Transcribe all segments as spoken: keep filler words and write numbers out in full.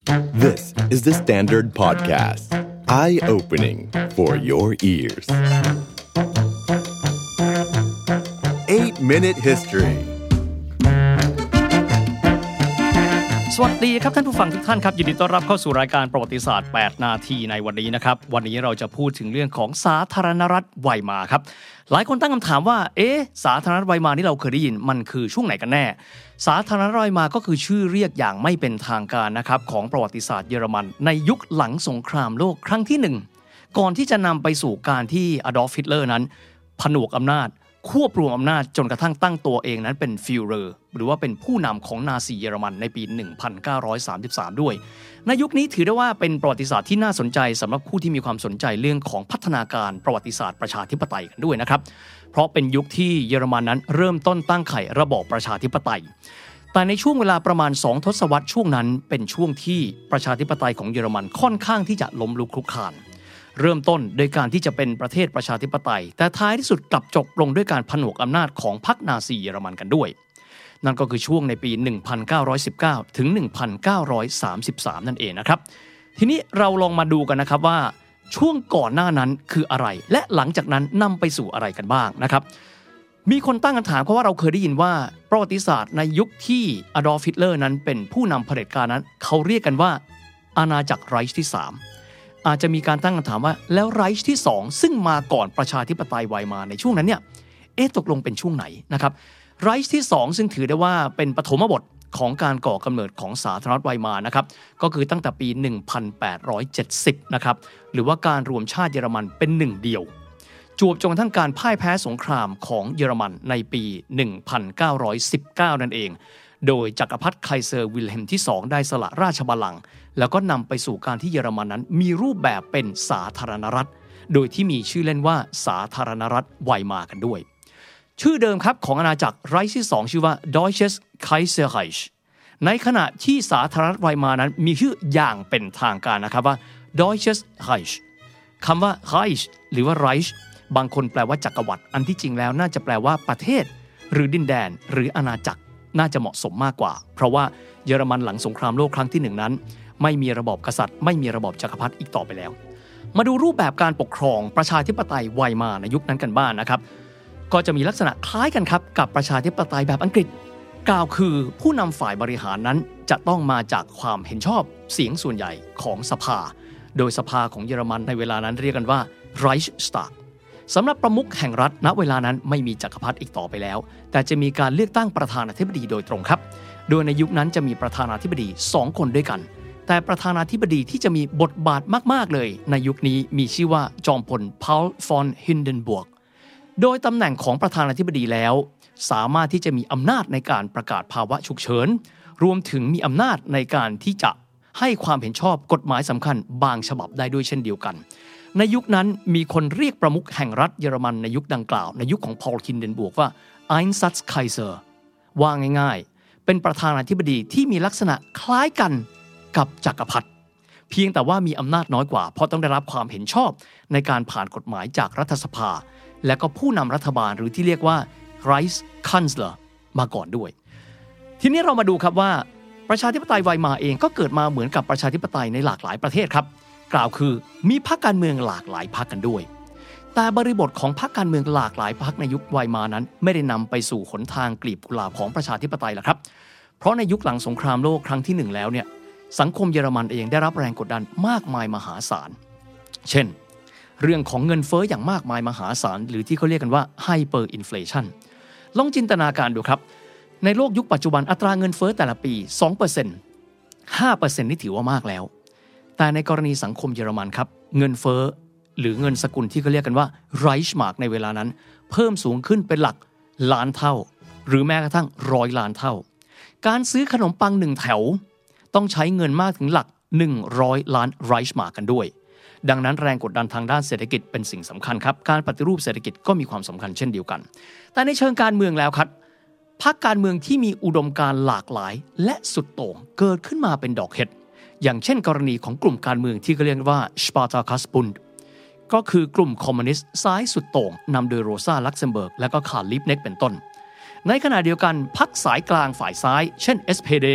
This is the Standard Podcast. Eye-opening for your ears. eight minute History สวัสดีครับท่านผู้ฟังทุกท่านครับยินดีต้อนรับเข้าสู่รายการประวัติศาสตร์แปดนาทีในวันนี้นะครับวันนี้เราจะพูดถึงเรื่องของสาธารณรัฐไวมาร์ครับหลายคนตั้งคำถามว่าเอ๊ะสาธารณรัฐไวมาร์ที่เราเคยได้ยินมันคือช่วงไหนกันแน่สาธารณรัฐไวมาร์ก็คือชื่อเรียกอย่างไม่เป็นทางการนะครับของประวัติศาสตร์เยอรมันในยุคหลังสงครามโลกครั้งที่หนึ่งก่อนที่จะนำไปสู่การที่อดอล์ฟ ฮิตเลอร์นั้นผนวกอำนาจควบรวมอำนาจจนกระทั่งตั้งตัวเองนั้นเป็นฟิวเรอร์หรือว่าเป็นผู้นำของนาซีเยอรมันในปีหนึ่งพันเก้าร้อยสามสิบสามด้วยในยุคนี้ถือได้ว่าเป็นประวัติศาสตร์ที่น่าสนใจสำหรับผู้ที่มีความสนใจเรื่องของพัฒนาการประวัติศาสตร์ประชาธิปไตยกันด้วยนะครับเพราะเป็นยุคที่เยอรมันนั้นเริ่มต้นตั้งไข่ระบอบประชาธิปไตยแต่ในช่วงเวลาประมาณสองทศวรรษช่วงนั้นเป็นช่วงที่ประชาธิปไตยของเยอรมันค่อนข้างที่จะล้มลุกคลุกคลานเริ่มต้นโดยการที่จะเป็นประเทศประชาธิปไตยแต่ท้ายที่สุดกลับจบลงด้วยการผนวกอำนาจของพรรคนาซีเยอรมันกันด้วยนั่นก็คือช่วงในปีหนึ่งพันเก้าร้อยสิบเก้าถึงหนึ่งพันเก้าร้อยสามสิบสามนั่นเองนะครับทีนี้เราลองมาดูกันนะครับว่าช่วงก่อนหน้านั้นคืออะไรและหลังจากนั้นนำไปสู่อะไรกันบ้างนะครับมีคนตั้งคำถามเพราะว่าเราเคยได้ยินว่าประวัติศาสตร์ในยุคที่อดอล์ฟ ฮิตเลอร์นั้นเป็นผู้นำเผด็จการนั้นเขาเรียกกันว่าอาณาจักรไรช์ที่สามอาจจะมีการตั้งคำถามว่าแล้วไรช์ที่สองซึ่งมาก่อนประชาธิปไตยไวมาในช่วงนั้นเนี่ยเอ๊ะตกลงเป็นช่วงไหนนะครับไรช์ที่สองซึ่งถือได้ว่าเป็นปฐมบทของการก่อกำเนิดของสาธารณรัฐไวมานะครับก็คือตั้งแต่ปีหนึ่งพันแปดร้อยเจ็ดสิบนะครับหรือว่าการรวมชาติเยอรมันเป็นหนึ่งเดียวจวบจนกระทั่งการพ่ายแพ้สงครามของเยอรมันในปีหนึ่งพันเก้าร้อยสิบเก้านั่นเองโดยจักรพรรดิไคเซอร์วิลเฮมที่สองได้สละราชบัลลังก์แล้วก็นำไปสู่การที่เยอรมันนั้นมีรูปแบบเป็นสาธารณรัฐโดยที่มีชื่อเล่นว่าสาธารณรัฐไวมาร์กันด้วยชื่อเดิมครับของอาณาจักรไรช์ที่สองชื่อว่า Deutsches Kaiserreich ในขณะที่สาธารณรัฐไวมาร์นั้นมีชื่ออย่างเป็นทางการนะครับว่า Deutsches Reich คำว่า Reich หรือว่า Reich บางคนแปลว่าจักรวรรดิอันที่จริงแล้วน่าจะแปลว่าประเทศหรือดินแดนหรืออาณาจักรน่าจะเหมาะสมมากกว่าเพราะว่าเยอรมันหลังสงครามโลกครั้งที่หนึ่งนั้นไม่มีระบอบกษัตริย์ไม่มีระบอบจักรพรรดิอีกต่อไปแล้วมาดูรูปแบบการปกครองประชาธิปไตยไวมาในยุคนั้นกันบ้าง น, นะครับก็จะมีลักษณะคล้ายกันครับกับประชาธิปไตยแบบอังกฤษกล่าวคือผู้นำฝ่ายบริหารนั้นจะต้องมาจากความเห็นชอบเสียงส่วนใหญ่ของสภาโดยสภาของเยอรมันในเวลานั้นเรียกกันว่า Reichstagสำหรับประมุขแห่งรัฐณเวลานั้นไม่มีจักรพรรดิอีกต่อไปแล้วแต่จะมีการเลือกตั้งประธานาธิบดีโดยตรงครับโดยในยุคนั้นจะมีประธานาธิบดีสองคนด้วยกันแต่ประธานาธิบดีที่จะมีบทบาทมากๆเลยในยุคนี้มีชื่อว่าจอมพลพาลฟอนฮินเดนบวกโดยตำแหน่งของประธานาธิบดีแล้วสามารถที่จะมีอำนาจในการประกาศภาวะฉุกเฉินรวมถึงมีอำนาจในการที่จะให้ความเห็นชอบกฎหมายสำคัญบางฉบับได้ด้วยเช่นเดียวกันในยุคนั้นมีคนเรียกประมุขแห่งรัฐเยอรมันในยุคดังกล่าวในยุคของพอลฮินเดนบวกว่า Einsatzkaiser ว่าง่ายๆเป็นประธานาธิบดีที่มีลักษณะคล้ายกันกับจักรพรรดิเพียงแต่ว่ามีอำนาจน้อยกว่าเพราะต้องได้รับความเห็นชอบในการผ่านกฎหมายจากรัฐสภาและก็ผู้นำรัฐบาลหรือที่เรียกว่า Reichskanzler มาก่อนด้วยทีนี้เรามาดูครับว่าประชาธิปไตยไวมาร์เองก็เกิดมาเหมือนกับประชาธิปไตยในหลากหลายประเทศครับกล่าวคือมีพรรคการเมืองหลากหลายพรรคกันด้วยแต่บริบทของพรรคการเมืองหลากหลายพรรคในยุคไวมาร์นั้นไม่ได้นำไปสู่หนทางกลีบกุหลาบของประชาธิปไตยหรอกครับเพราะในยุคหลังสงครามโลกครั้งที่หนึ่งแล้วเนี่ยสังคมเยอรมันเองได้รับแรงกดดันมากมายมหาศาลเช่นเรื่องของเงินเฟ้ออย่างมากมายมหาศาลหรือที่เขาเรียกกันว่าไฮเปอร์อินฟลชันลองจินตนาการดูครับในโลกยุคปัจจุบันอัตราเงินเฟ้อแต่ละปี สองเปอร์เซ็นต์ ห้าเปอร์เซ็นต์ นี่ถือว่ามากแล้วแต่ในกรณีสังคมเยอรมันครับเงินเฟ้อหรือเงินสกุลที่เขาเรียกกันว่าไรช์มาร์กในเวลานั้นเพิ่มสูงขึ้นเป็นหลักล้านเท่าหรือแม้กระทั่งร้อยล้านเท่าการซื้อขนมปังหนึ่งแถวต้องใช้เงินมากถึงหลักหนึ่งร้อยล้านไรช์มาร์กกันด้วยดังนั้นแรงกดดันทางด้านเศรษฐกิจเป็นสิ่งสำคัญครับการปฏิรูปเศรษฐกิจก็มีความสำคัญเช่นเดียวกันแต่ในเชิงการเมืองแล้วครับพรรคการเมืองที่มีอุดมการณ์หลากหลายและสุดโต่งเกิดขึ้นมาเป็นดอกเห็ดอย่างเช่นกรณีของกลุ่มการเมืองที่เรียกว่า Spartakusbund ก็คือกลุ่มคอมมิวนิสต์ซ้ายสุดโต่งนำโดยโรซาลักเซมเบิร์กและก็คาร์ล ลิปเน็กเป็นต้นในขณะเดียวกันพรรคสายกลางฝ่ายซ้ายเช่น เอส พี ดี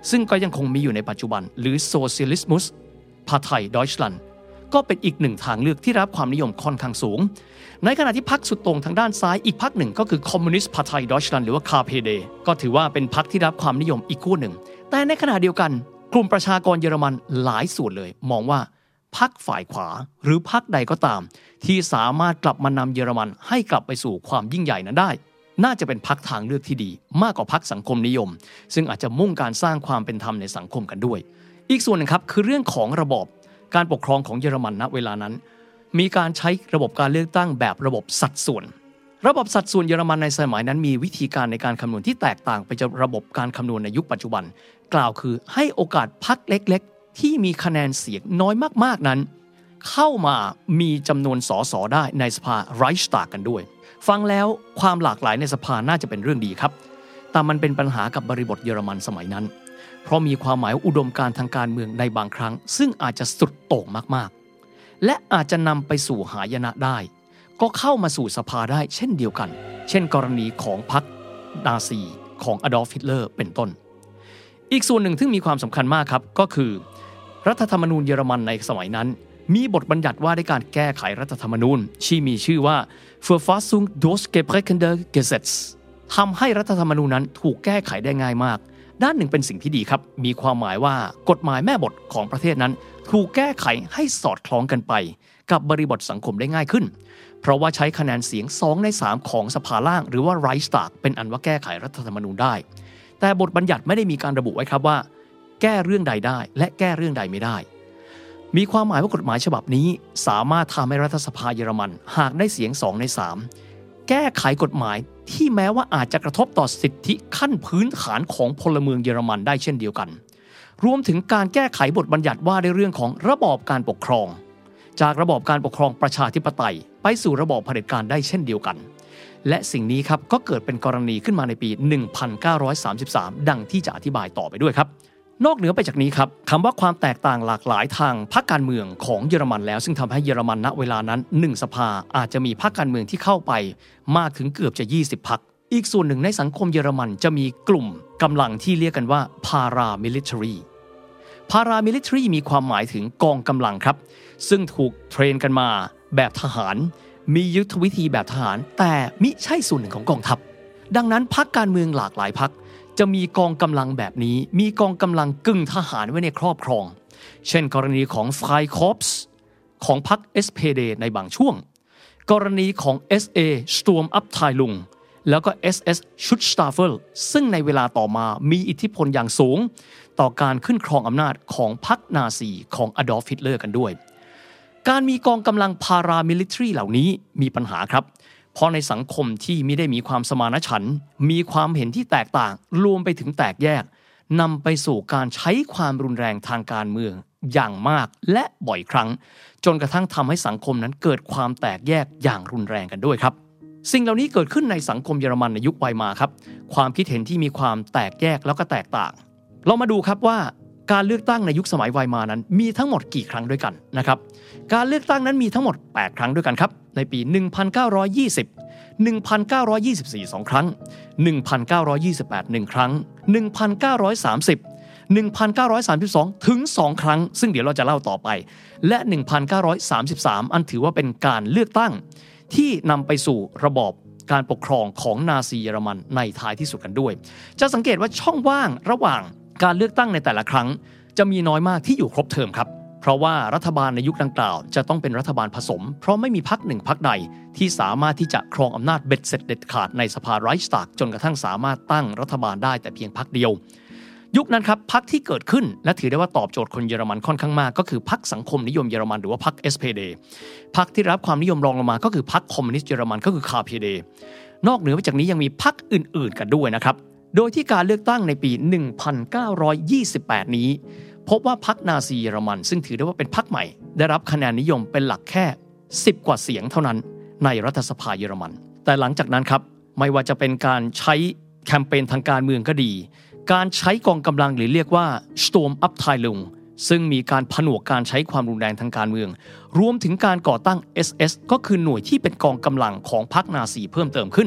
ซึ่งก็ยังคงมีอยู่ในปัจจุบันหรือ Sozialismus Partei Deutschland ก็เป็นอีกหนึ่งทางเลือกที่รับความนิยมค่อนข้างสูงในขณะที่พรรคสุดโต่งทางด้านซ้ายอีกพรรคหนึ่งก็คือ Kommunist Partei Deutschland หรือว่า เค พี ดี ก็ถือว่าเป็นพรรคที่รับความนิยมอีกคู่หนึ่งแต่ในขณะเดียวกันกลุ่มประชากรเยอรมันหลายส่วนเลยมองว่าพรรคฝ่ายขวาหรือพรรคใดก็ตามที่สามารถกลับมานำเยอรมันให้กลับไปสู่ความยิ่งใหญ่นั้นได้น่าจะเป็นพรรคทางเลือกที่ดีมากกว่าพรรคสังคมนิยมซึ่งอาจจะมุ่งการสร้างความเป็นธรรมในสังคมกันด้วยอีกส่วนหนึ่งครับคือเรื่องของระบบการปกครองของเยอรมันณเวลานั้นมีการใช้ระบบการเลือกตั้งแบบระบบสัดส่วนระบบสัดส่วนเยอรมันในสมัยนั้นมีวิธีการในการคำนวณที่แตกต่างไปจากระบบการคำนวณในยุคปัจจุบันกล่าวคือให้โอกาสพรรคเล็กๆที่มีคะแนนเสียงน้อยมากๆนั้นเข้ามามีจำนวนสสได้ในสภาไรช์ตากกันด้วยฟังแล้วความหลากหลายในสภาน่าจะเป็นเรื่องดีครับแต่มันเป็นปัญหากับบริบทเยอรมันสมัยนั้นเพราะมีความหมายอุดมการณ์ทางการเมืองในบางครั้งซึ่งอาจจะสุดโต่งมากๆและอาจจะนำไปสู่หายนะได้ก็เข้ามาสู่สภาได้เช่นเดียวกันเช่นกรณีของพรรคนาซีของอดอล์ฟ ฮิตเลอร์เป็นต้นอีกส่วนหนึ่งที่มีความสำคัญมากครับก็คือรัฐธรรมนูญเยอรมันในสมัยนั้นมีบทบัญญัติว่าด้วยการแก้ไขรัฐธรรมนูญที่มีชื่อว่า Verfassung durchgebrechende Gesetz ทำให้รัฐธรรมนูญนั้นถูกแก้ไขได้ง่ายมากด้านหนึ่งเป็นสิ่งที่ดีครับมีความหมายว่ากฎหมายแม่บทของประเทศนั้นถูกแก้ไขให้สอดคล้องกันไปกับบริบทสังคมได้ง่ายขึ้นเพราะว่าใช้คะแนนเสียงสองในสามของสภาล่างหรือว่าไรช์ตากเป็นอันว่าแก้ไขรัฐธรรมนูญได้แต่บทบัญญัติไม่ได้มีการระบุไว้ครับว่าแก้เรื่องใดได้และแก้เรื่องใดไม่ได้มีความหมายว่ากฎหมายฉบับนี้สามารถทำให้รัฐสภาเยอรมันหากได้เสียงสองในสามแก้ไขกฎหมายที่แม้ว่าอาจจะกระทบต่อสิทธิขั้นพื้นฐานของพลเมืองเยอรมันได้เช่นเดียวกันรวมถึงการแก้ไขบทบัญญัติว่าด้วยเรื่องของระบอบการปกครองจากระบอบการปกครองประชาธิปไตยไปสู่ระบอบเผด็จการได้เช่นเดียวกันและสิ่งนี้ครับก็เกิดเป็นกรณีขึ้นมาในปีหนึ่งพันเก้าร้อยสามสิบสามดังที่จะอธิบายต่อไปด้วยครับนอกเหนือไปจากนี้ครับคำว่าความแตกต่างหลากหลายทางพรรคการเมืองของเยอรมันแล้วซึ่งทำให้เยอรมันณเวลานั้นหนึ่งสภาอาจจะมีพรรคการเมืองที่เข้าไปมากถึงเกือบจะยี่สิบพรรคอีกส่วนหนึ่งในสังคมเยอรมันจะมีกลุ่มกำลังที่เรียกกันว่า paramilitary paramilitary มีความหมายถึงกองกำลังครับซึ่งถูกเทรนกันมาแบบทหารมียุทธวิธีแบบทหารแต่มิใช่ส่วนหนึ่งของกองทัพดังนั้นพรรคการเมืองหลากหลายพรรคจะมีกองกำลังแบบนี้มีกองกำลังกึ่งทหารไว้ในครอบครองเช่นกรณีของ Freikorps ของพรรค เอส พี ดี ในบางช่วงกรณีของ เอส เอ Sturmabteilung แล้วก็ เอส เอส Schutzstaffel ซึ่งในเวลาต่อมามีอิทธิพลอย่างสูงต่อการขึ้นครองอำนาจของพรรคนาซีของอดอล์ฟ ฮิตเลอร์กันด้วยการมีกองกำลัง paramilitary เหล่านี้มีปัญหาครับเพราะในสังคมที่ไม่ได้มีความสมานฉันท์มีความเห็นที่แตกต่างรวมไปถึงแตกแยกนำไปสู่การใช้ความรุนแรงทางการเมืองอย่างมากและบ่อยครั้งจนกระทั่งทำให้สังคมนั้นเกิดความแตกแยกอย่างรุนแรงกันด้วยครับสิ่งเหล่านี้เกิดขึ้นในสังคมเยอรมันในยุคไวมาร์ครับความคิดเห็นที่มีความแตกแยกแล้วก็แตกต่างเรามาดูครับว่าการเลือกตั้งในยุคสมัยไวมาร์นั้นมีทั้งหมดกี่ครั้งด้วยกันนะครับการเลือกตั้งนั้นมีทั้งหมดแปดครั้งด้วยกันครับในปีหนึ่งพันเก้าร้อยยี่สิบ หนึ่งพันเก้าร้อยยี่สิบสี่ สองครั้งหนึ่งพันเก้าร้อยยี่สิบแปด หนึ่งครั้งหนึ่งพันเก้าร้อยสามสิบ หนึ่งพันเก้าร้อยสามสิบสองถึงสองครั้งซึ่งเดี๋ยวเราจะเล่าต่อไปและหนึ่งพันเก้าร้อยสามสิบสามอันถือว่าเป็นการเลือกตั้งที่นำไปสู่ระบอบการปกครองของนาซีเยอรมันในท้ายที่สุดกันด้วยจะสังเกตว่าช่องว่างระหว่างการเลือกตั้งในแต่ละครั้งจะมีน้อยมากที่อยู่ครบเทอมครับเพราะว่ารัฐบาลในยุคดังกล่าวจะต้องเป็นรัฐบาลผสมเพราะไม่มีพรรคหนึ่งพรรคใดที่สามารถที่จะครองอำนาจเบ็ดเสร็จเด็ดขาดในสภาไรช์ตากจนกระทั่งสามารถตั้งรัฐบาลได้แต่เพียงพรรคเดียวยุคนั้นครับพรรคที่เกิดขึ้นและถือได้ว่าตอบโจทย์คนเยอรมันค่อนข้างมากก็คือพรรคสังคมนิยมเยอรมันหรือว่าพรรค เอส พี ดี พรรคที่รับความนิยมรองลงมาก็คือพรรคคอมมิวนิสต์เยอรมันก็คือ เค พี ดี นอกเหนือไปจากนี้ยังมีพรรคอื่นๆกันด้วยนะครับโดยที่การเลือกตั้งในปีหนึ่งพันเก้าร้อยยี่สิบแปดนี้พบว่าพรรคนาซีเยอรมันซึ่งถือได้ว่าเป็นพรรคใหม่ได้รับคะแนนนิยมเป็นหลักแค่สิบกว่าเสียงเท่านั้นในรัฐสภาเยอรมันแต่หลังจากนั้นครับไม่ว่าจะเป็นการใช้แคมเปญทางการเมืองก็ดีการใช้กองกำลังหรือเรียกว่า Sturmabteilung ซึ่งมีการผนวกการใช้ความรุนแรงทางการเมืองรวมถึงการก่อตั้ง เอส เอส ก็คือหน่วยที่เป็นกองกำลังของพรรคนาซีเพิ่มเติมขึ้น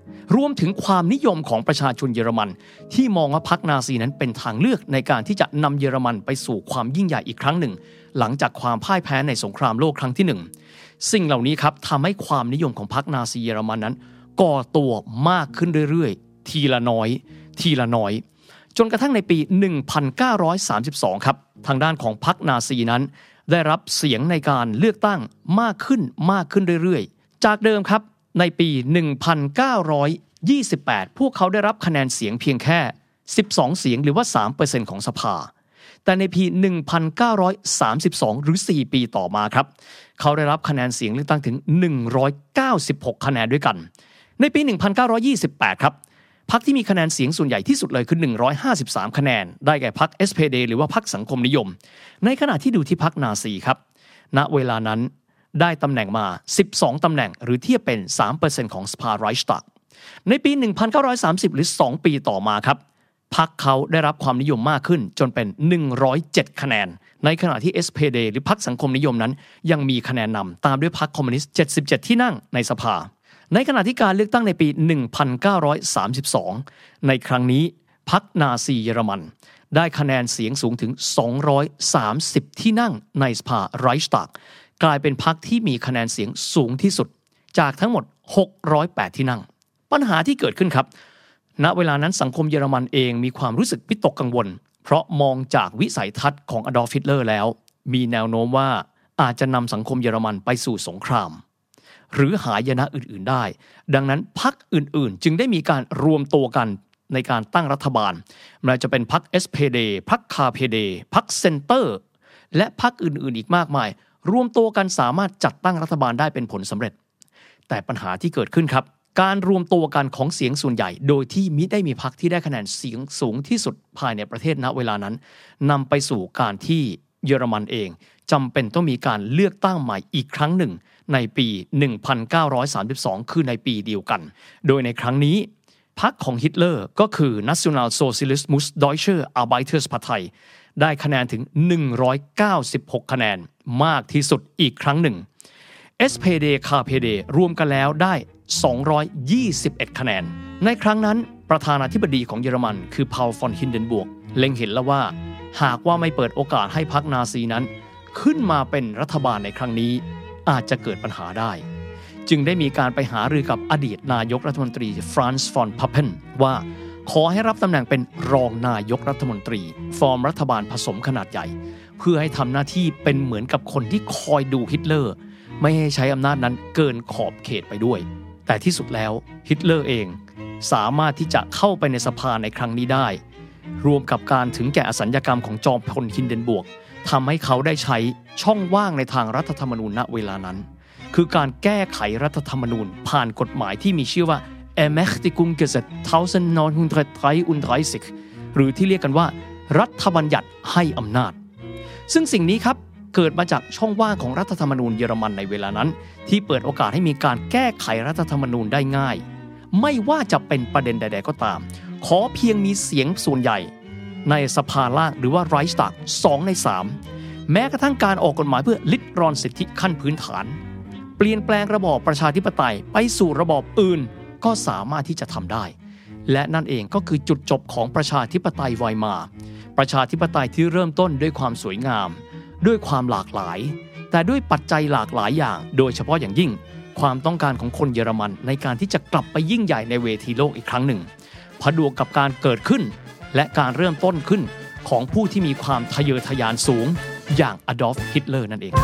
รวมถึงความนิยมของประชาชนเยอรมันที่มองว่าพรรคนาซีนั้นเป็นทางเลือกในการที่จะนำเยอรมันไปสู่ความยิ่งใหญ่อีกครั้งหนึ่งหลังจากความพ่ายแพ้ในสงครามโลกครั้งที่หนึ่งสิ่งเหล่านี้ครับทำให้ความนิยมของพรรคนาซีเยอรมันนั้นก่อตัวมากขึ้นเรื่อยๆทีละน้อยทีละน้อยจนกระทั่งในปีหนึ่งพันเก้าร้อยสามสิบสองครับทางด้านของพรรคนาซีนั้นได้รับเสียงในการเลือกตั้งมากขึ้นมากขึ้นเรื่อยๆจากเดิมครับในปีหนึ่งพันเก้าร้อยยี่สิบแปดพวกเขาได้รับคะแนนเสียงเพียงแค่สิบสองเสียงหรือว่า สามเปอร์เซ็นต์ ของสภาแต่ในปีหนึ่งพันเก้าร้อยสามสิบสองหรือสี่ปีต่อมาครับเขาได้รับคะแนนเสียงเลือกตั้งถึงหนึ่งร้อยเก้าสิบหกคะแนนด้วยกันในปีหนึ่งพันเก้าร้อยยี่สิบแปดครับพรรคที่มีคะแนนเสียงส่วนใหญ่ที่สุดเลยคือหนึ่งร้อยห้าสิบสามคะแนนได้แก่พรรค เอส พี ดี หรือว่าพรรคสังคมนิยมในขณะที่ดูที่พรรคนาซีครับณเวลานั้นได้ตำแหน่งมาสิบสองตำแหน่งหรือเทียบเป็น สามเปอร์เซ็นต์ ของสภาไรช์ตักในปีหนึ่งพันเก้าร้อยสามสิบหรือสองปีต่อมาครับพรรคเขาได้รับความนิยมมากขึ้นจนเป็นหนึ่งร้อยเจ็ดคะแนนในขณะที่ เอส พี ดี หรือพรรคสังคมนิยมนั้นยังมีคะแนนนำตามด้วยพรรคคอมมิวนิสต์เจ็ดสิบเจ็ดที่นั่งในสภาในขณะที่การเลือกตั้งในปีหนึ่งพันเก้าร้อยสามสิบสองในครั้งนี้พรรคนาซีเยอรมันได้คะแนนเสียงสูงถึงสองร้อยสามสิบที่นั่งในสภาไรช์ตักกลายเป็นพรรคที่มีคะแนนเสียงสูงที่สุดจากทั้งหมดหกร้อยแปดที่นั่งปัญหาที่เกิดขึ้นครับณเวลานั้นสังคมเยอรมันเองมีความรู้สึกวิตกกังวลเพราะมองจากวิสัยทัศน์ของอดอล์ฟ ฮิตเลอร์แล้วมีแนวโน้มว่าอาจจะนำสังคมเยอรมันไปสู่สงครามหรือหายนะอื่นๆได้ดังนั้นพรรคอื่นๆจึงได้มีการรวมตัวกันในการตั้งรัฐบาลไม่ว่าจะเป็นพรรค เอส พี ดี พรรค คา พี ดี พรรคเซนเตอร์และพรรคอื่นๆอีกมากมายรวมตัวกันสามารถจัดตั้งรัฐบาลได้เป็นผลสำเร็จแต่ปัญหาที่เกิดขึ้นครับการรวมตัวกันของเสียงส่วนใหญ่โดยที่มิได้มีพรรคที่ได้คะแนนเสียงสูงที่สุดภายในประเทศณเวลานั้นนำไปสู่การที่เยอรมันเองจำเป็นต้องมีการเลือกตั้งใหม่อีกครั้งหนึ่งในปีหนึ่งพันเก้าร้อยสามสิบสองคือในปีเดียวกันโดยในครั้งนี้พรรคของฮิตเลอร์ก็คือ Nationalsozialismus Deutsche Arbeiterspartei ได้คะแนนถึงหนึ่งร้อยเก้าสิบหกคะแนนมากที่สุดอีกครั้งหนึ่ง เอส พี ดี คา พี ดี รวมกันแล้วได้สองร้อยยี่สิบเอ็ดคะแนนในครั้งนั้นประธานาธิบดีของเยอรมันคือพาลฟอนฮินเดนบวกเล็งเห็นแล้วว่าหากว่าไม่เปิดโอกาสให้พรรคนาซีนั้นขึ้นมาเป็นรัฐบาลในครั้งนี้อาจจะเกิดปัญหาได้จึงได้มีการไปหารือกับอดีตนายกรัฐมนตรีฟรานซ์ฟอนพัพเพนว่าขอให้รับตำแหน่งเป็นรองนายกรัฐมนตรีฟอร์มรัฐบาลผสมขนาดใหญ่เพื่อให้ทำหน้าที่เป็นเหมือนกับคนที่คอยดูฮิตเลอร์ไม่ให้ใช้อำนาจนั้นเกินขอบเขตไปด้วยแต่ที่สุดแล้วฮิตเลอร์เองสามารถที่จะเข้าไปในสภาในครั้งนี้ได้รวมกับการถึงแก่อสัญญกรรมของจอมพลฮินเดนบวกทำให้เขาได้ใช้ช่องว่างในทางรัฐธรรมนูญณเวลานั้นคือการแก้ไขรัฐธรรมนูญผ่านกฎหมายที่มีชื่อว่า Ermächtigungsgesetz หนึ่งพันเก้าร้อยสามสิบหรือที่เรียกกันว่ารัฐบัญญัติให้อำนาจซึ่งสิ่งนี้ครับเกิดมาจากช่องว่างของรัฐธรรมนูญเยอรมันในเวลานั้นที่เปิดโอกาสให้มีการแก้ไขรัฐธรรมนูญได้ง่ายไม่ว่าจะเป็นประเด็นใดๆก็ตามขอเพียงมีเสียงส่วนใหญ่ในสภาล่างหรือว่าไรช์ตักสองในสามแม้กระทั่งการออกกฎหมายเพื่อลิดรอนสิทธิขั้นพื้นฐานเปลี่ยนแปลงระบอบประชาธิปไตยไปสู่ระบอบอื่นก็สามารถที่จะทำได้และนั่นเองก็คือจุดจบของประชาธิปไตยไวมาร์ประชาธิปไตยที่เริ่มต้นด้วยความสวยงามด้วยความหลากหลายแต่ด้วยปัจจัยหลากหลายอย่างโดยเฉพาะอย่างยิ่งความต้องการของคนเยอรมันในการที่จะกลับไปยิ่งใหญ่ในเวทีโลกอีกครั้งหนึ่งผนวกกับการเกิดขึ้นและการเริ่มต้นขึ้นของผู้ที่มีความทะเยอทะยานสูงอย่างอดอล์ฟ ฮิตเลอร์นั่นเอง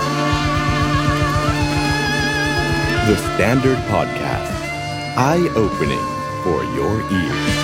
The Standard Podcast Eye Opening for Your Ears